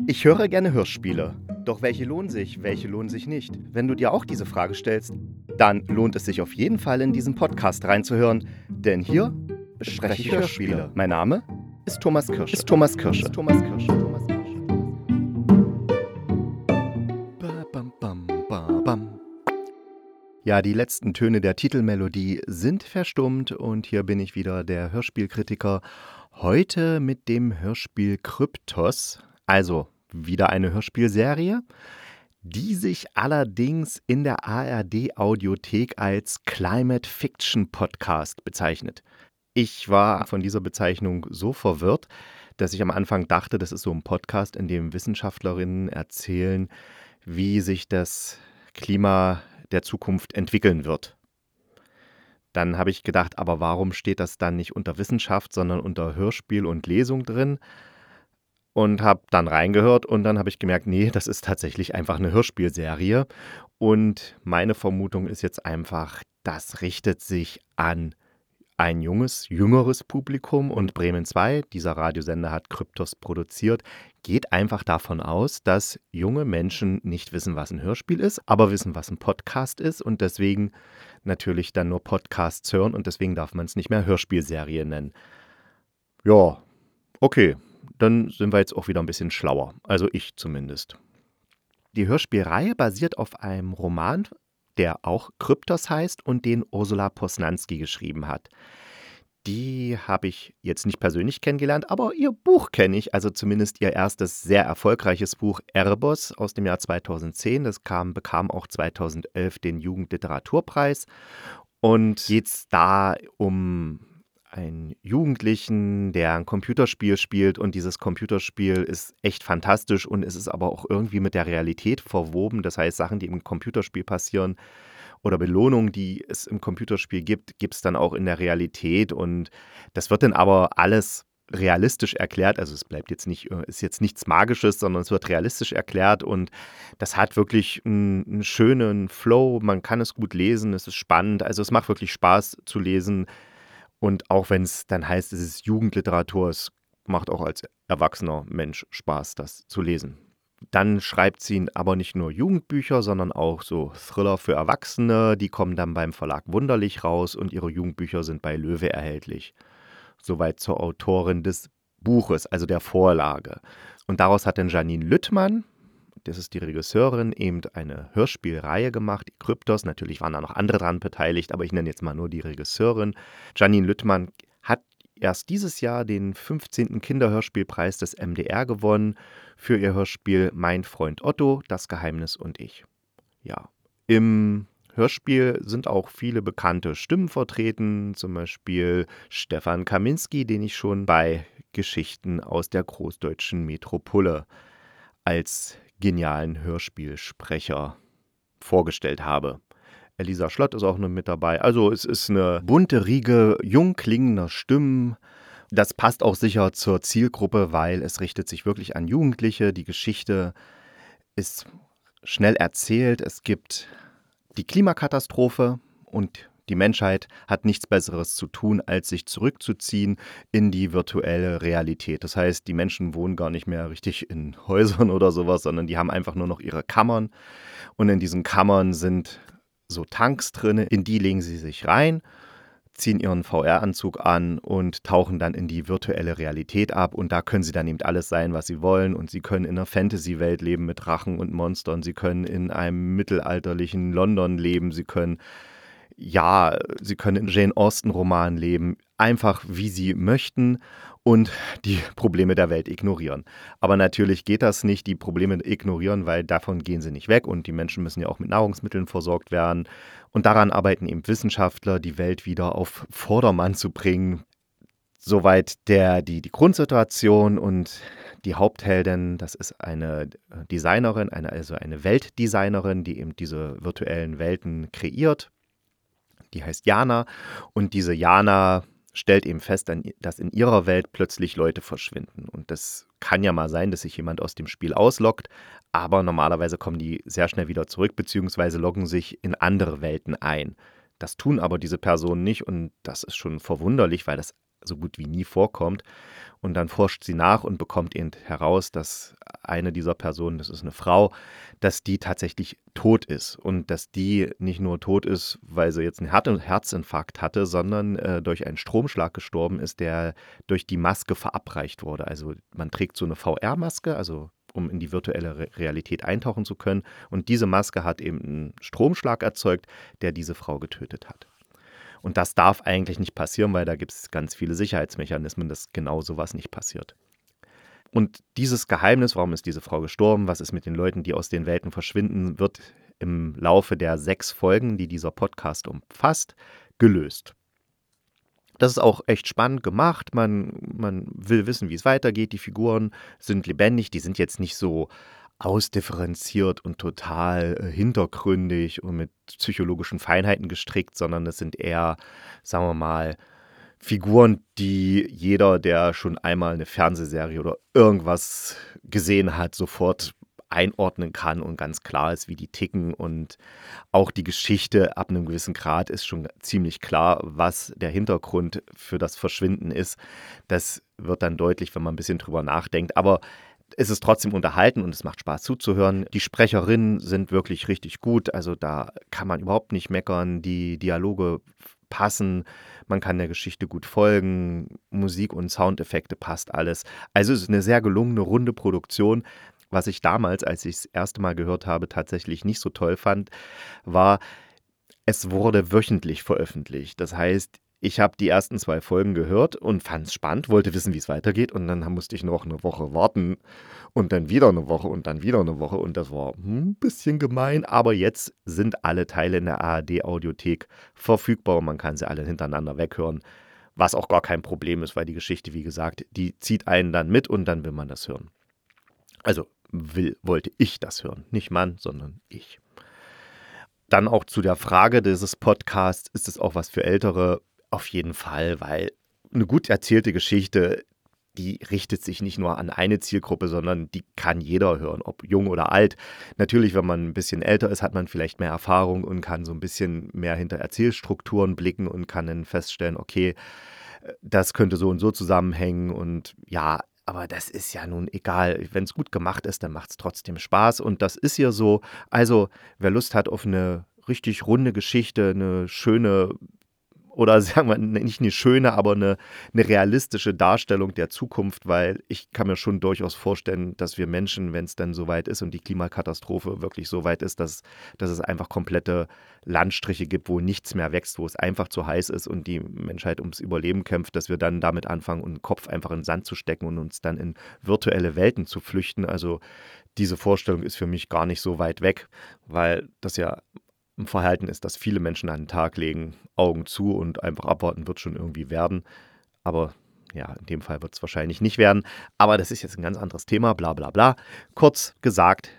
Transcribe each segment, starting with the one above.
Ich höre gerne Hörspiele. Doch welche lohnen sich nicht? Wenn du dir auch diese Frage stellst, dann lohnt es sich auf jeden Fall in diesen Podcast reinzuhören, denn hier bespreche ich Hörspiele. Mein Name ist Thomas Kirsche. Ja, die letzten Töne der Titelmelodie sind verstummt und hier bin ich wieder, der Hörspielkritiker. Heute mit dem Hörspiel Kryptos, also wieder eine Hörspielserie, die sich allerdings in der ARD-Audiothek als Climate Fiction Podcast bezeichnet. Ich war von dieser Bezeichnung so verwirrt, dass ich am Anfang dachte, das ist so ein Podcast, in dem Wissenschaftlerinnen erzählen, wie sich das Klima der Zukunft entwickeln wird. Dann habe ich gedacht, aber warum steht das dann nicht unter Wissenschaft, sondern unter Hörspiel und Lesung drin? Und habe dann reingehört und dann habe ich gemerkt, nee, das ist tatsächlich einfach eine Hörspielserie. Und meine Vermutung ist jetzt einfach, das richtet sich an ein jüngeres Publikum. Und Bremen 2, dieser Radiosender hat Kryptos produziert, geht einfach davon aus, dass junge Menschen nicht wissen, was ein Hörspiel ist, aber wissen, was ein Podcast ist und deswegen natürlich dann nur Podcasts hören und deswegen darf man es nicht mehr Hörspielserie nennen. Ja, okay. Dann sind wir jetzt auch wieder ein bisschen schlauer, also ich zumindest. Die Hörspielreihe basiert auf einem Roman, der auch Kryptos heißt und den Ursula Posnanski geschrieben hat. Die habe ich jetzt nicht persönlich kennengelernt, aber ihr Buch kenne ich, also zumindest ihr erstes sehr erfolgreiches Buch Erebos aus dem Jahr 2010. Das bekam auch 2011 den Jugendliteraturpreis und geht da um einen Jugendlichen, der ein Computerspiel spielt und dieses Computerspiel ist echt fantastisch und es ist aber auch irgendwie mit der Realität verwoben. Das heißt, Sachen, die im Computerspiel passieren oder Belohnungen, die es im Computerspiel gibt, gibt es dann auch in der Realität und das wird dann aber alles realistisch erklärt. Also es ist jetzt nichts Magisches, sondern es wird realistisch erklärt und das hat wirklich einen schönen Flow. Man kann es gut lesen, es ist spannend. Also es macht wirklich Spaß zu lesen. Und auch wenn es dann heißt, es ist Jugendliteratur, es macht auch als erwachsener Mensch Spaß, das zu lesen. Dann schreibt sie aber nicht nur Jugendbücher, sondern auch so Thriller für Erwachsene. Die kommen dann beim Verlag Wunderlich raus und ihre Jugendbücher sind bei Löwe erhältlich. Soweit zur Autorin des Buches, also der Vorlage. Und daraus hat dann Janine Lüttmann, das ist die Regisseurin, eben eine Hörspielreihe gemacht, die Kryptos. Natürlich waren da noch andere dran beteiligt, aber ich nenne jetzt mal nur die Regisseurin. Janine Lüttmann hat erst dieses Jahr den 15. Kinderhörspielpreis des MDR gewonnen für ihr Hörspiel Mein Freund Otto, Das Geheimnis und ich. Ja, im Hörspiel sind auch viele bekannte Stimmen vertreten, zum Beispiel Stefan Kaminski, den ich schon bei Geschichten aus der großdeutschen Metropole als genialen Hörspielsprecher vorgestellt habe. Elisa Schlott ist auch noch mit dabei. Also es ist eine bunte Riege jung klingender Stimmen. Das passt auch sicher zur Zielgruppe, weil es richtet sich wirklich an Jugendliche. Die Geschichte ist schnell erzählt. Es gibt die Klimakatastrophe und die Menschheit hat nichts Besseres zu tun, als sich zurückzuziehen in die virtuelle Realität. Das heißt, die Menschen wohnen gar nicht mehr richtig in Häusern oder sowas, sondern die haben einfach nur noch ihre Kammern. Und in diesen Kammern sind so Tanks drin, in die legen sie sich rein, ziehen ihren VR-Anzug an und tauchen dann in die virtuelle Realität ab. Und da können sie dann eben alles sein, was sie wollen. Und sie können in einer Fantasy-Welt leben mit Drachen und Monstern. Sie können in einem mittelalterlichen London leben. Sie können in Jane Austen-Romanen leben, einfach wie sie möchten und die Probleme der Welt ignorieren. Aber natürlich geht das nicht, die Probleme ignorieren, weil davon gehen sie nicht weg und die Menschen müssen ja auch mit Nahrungsmitteln versorgt werden. Und daran arbeiten eben Wissenschaftler, die Welt wieder auf Vordermann zu bringen. Soweit die Grundsituation und die Hauptheldin, das ist eine Designerin, eine Weltdesignerin, die eben diese virtuellen Welten kreiert. Die heißt Jana und diese Jana stellt eben fest, dass in ihrer Welt plötzlich Leute verschwinden. Und das kann ja mal sein, dass sich jemand aus dem Spiel ausloggt, aber normalerweise kommen die sehr schnell wieder zurück, beziehungsweise loggen sich in andere Welten ein. Das tun aber diese Personen nicht und das ist schon verwunderlich, weil das so gut wie nie vorkommt. Und dann forscht sie nach und bekommt eben heraus, dass eine dieser Personen, das ist eine Frau, dass die tatsächlich tot ist. Und dass die nicht nur tot ist, weil sie jetzt einen Herzinfarkt hatte, sondern durch einen Stromschlag gestorben ist, der durch die Maske verabreicht wurde. Also man trägt so eine VR-Maske, also um in die virtuelle Realität eintauchen zu können. Und diese Maske hat eben einen Stromschlag erzeugt, der diese Frau getötet hat. Und das darf eigentlich nicht passieren, weil da gibt es ganz viele Sicherheitsmechanismen, dass genau sowas nicht passiert. Und dieses Geheimnis, warum ist diese Frau gestorben, was ist mit den Leuten, die aus den Welten verschwinden, wird im Laufe der 6 Folgen, die dieser Podcast umfasst, gelöst. Das ist auch echt spannend gemacht. Man will wissen, wie es weitergeht. Die Figuren sind lebendig. Die sind jetzt nicht so ausdifferenziert und total hintergründig und mit psychologischen Feinheiten gestrickt, sondern es sind eher, sagen wir mal, Figuren, die jeder, der schon einmal eine Fernsehserie oder irgendwas gesehen hat, sofort einordnen kann und ganz klar ist, wie die ticken. Und auch die Geschichte ab einem gewissen Grad ist schon ziemlich klar, was der Hintergrund für das Verschwinden ist. Das wird dann deutlich, wenn man ein bisschen drüber nachdenkt. Aber es ist trotzdem unterhalten und es macht Spaß zuzuhören. Die Sprecherinnen sind wirklich richtig gut. Also da kann man überhaupt nicht meckern. Die Dialoge passen. Man kann der Geschichte gut folgen. Musik und Soundeffekte passt alles. Also es ist eine sehr gelungene, runde Produktion. Was ich damals, als ich es das erste Mal gehört habe, tatsächlich nicht so toll fand, war, es wurde wöchentlich veröffentlicht. Das heißt, ich habe die ersten 2 Folgen gehört und fand es spannend, wollte wissen, wie es weitergeht. Und dann musste ich noch eine Woche warten und dann wieder eine Woche und dann wieder eine Woche. Und das war ein bisschen gemein. Aber jetzt sind alle Teile in der ARD-Audiothek verfügbar und man kann sie alle hintereinander weghören. Was auch gar kein Problem ist, weil die Geschichte, wie gesagt, die zieht einen dann mit und dann will man das hören. Also wollte ich das hören. Nicht Mann, sondern ich. Dann auch zu der Frage dieses Podcasts, ist es auch was für Ältere? Auf jeden Fall, weil eine gut erzählte Geschichte, die richtet sich nicht nur an eine Zielgruppe, sondern die kann jeder hören, ob jung oder alt. Natürlich, wenn man ein bisschen älter ist, hat man vielleicht mehr Erfahrung und kann so ein bisschen mehr hinter Erzählstrukturen blicken und kann dann feststellen, okay, das könnte so und so zusammenhängen und ja, aber das ist ja nun egal. Wenn es gut gemacht ist, dann macht es trotzdem Spaß und das ist ja so. Also, wer Lust hat auf eine richtig runde Geschichte, eine schöne oder sagen wir nicht eine schöne, aber eine realistische Darstellung der Zukunft, weil ich kann mir schon durchaus vorstellen, dass wir Menschen, wenn es dann soweit ist und die Klimakatastrophe wirklich so weit ist, dass es einfach komplette Landstriche gibt, wo nichts mehr wächst, wo es einfach zu heiß ist und die Menschheit ums Überleben kämpft, dass wir dann damit anfangen, den Kopf einfach in den Sand zu stecken und uns dann in virtuelle Welten zu flüchten. Also diese Vorstellung ist für mich gar nicht so weit weg, weil das ja ein Verhalten ist, das viele Menschen an den Tag legen, Augen zu und einfach abwarten, wird schon irgendwie werden. Aber ja, in dem Fall wird es wahrscheinlich nicht werden. Aber das ist jetzt ein ganz anderes Thema, bla bla bla. Kurz gesagt,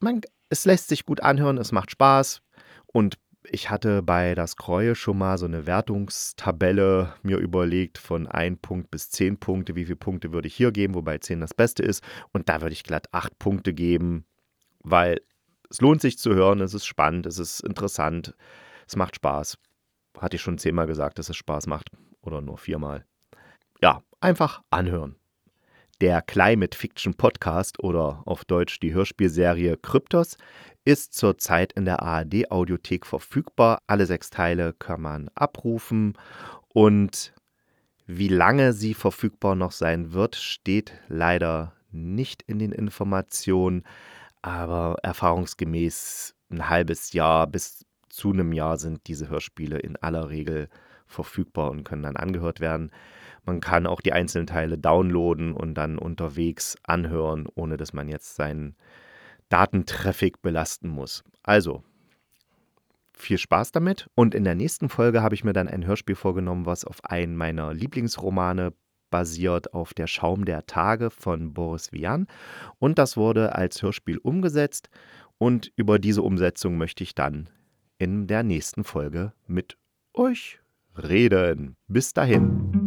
es lässt sich gut anhören, es macht Spaß. Und ich hatte bei das Kreue schon mal so eine Wertungstabelle mir überlegt von 1 Punkt bis 10 Punkte. Wie viele Punkte würde ich hier geben, wobei 10 das Beste ist. Und da würde ich glatt 8 Punkte geben, weil es lohnt sich zu hören, es ist spannend, es ist interessant, es macht Spaß. Hatte ich schon 10-mal gesagt, dass es Spaß macht oder nur 4-mal. Ja, einfach anhören. Der Climate Fiction Podcast oder auf Deutsch die Hörspielserie Kryptos ist zurzeit in der ARD Audiothek verfügbar. Alle 6 Teile kann man abrufen und wie lange sie verfügbar noch sein wird, steht leider nicht in den Informationen. Aber erfahrungsgemäß ein halbes Jahr bis zu einem Jahr sind diese Hörspiele in aller Regel verfügbar und können dann angehört werden. Man kann auch die einzelnen Teile downloaden und dann unterwegs anhören, ohne dass man jetzt seinen Datentraffic belasten muss. Also, viel Spaß damit. Und in der nächsten Folge habe ich mir dann ein Hörspiel vorgenommen, was auf einen meiner Lieblingsromane basiert, auf Der Schaum der Tage von Boris Vian. Und das wurde als Hörspiel umgesetzt. Und über diese Umsetzung möchte ich dann in der nächsten Folge mit euch reden. Bis dahin.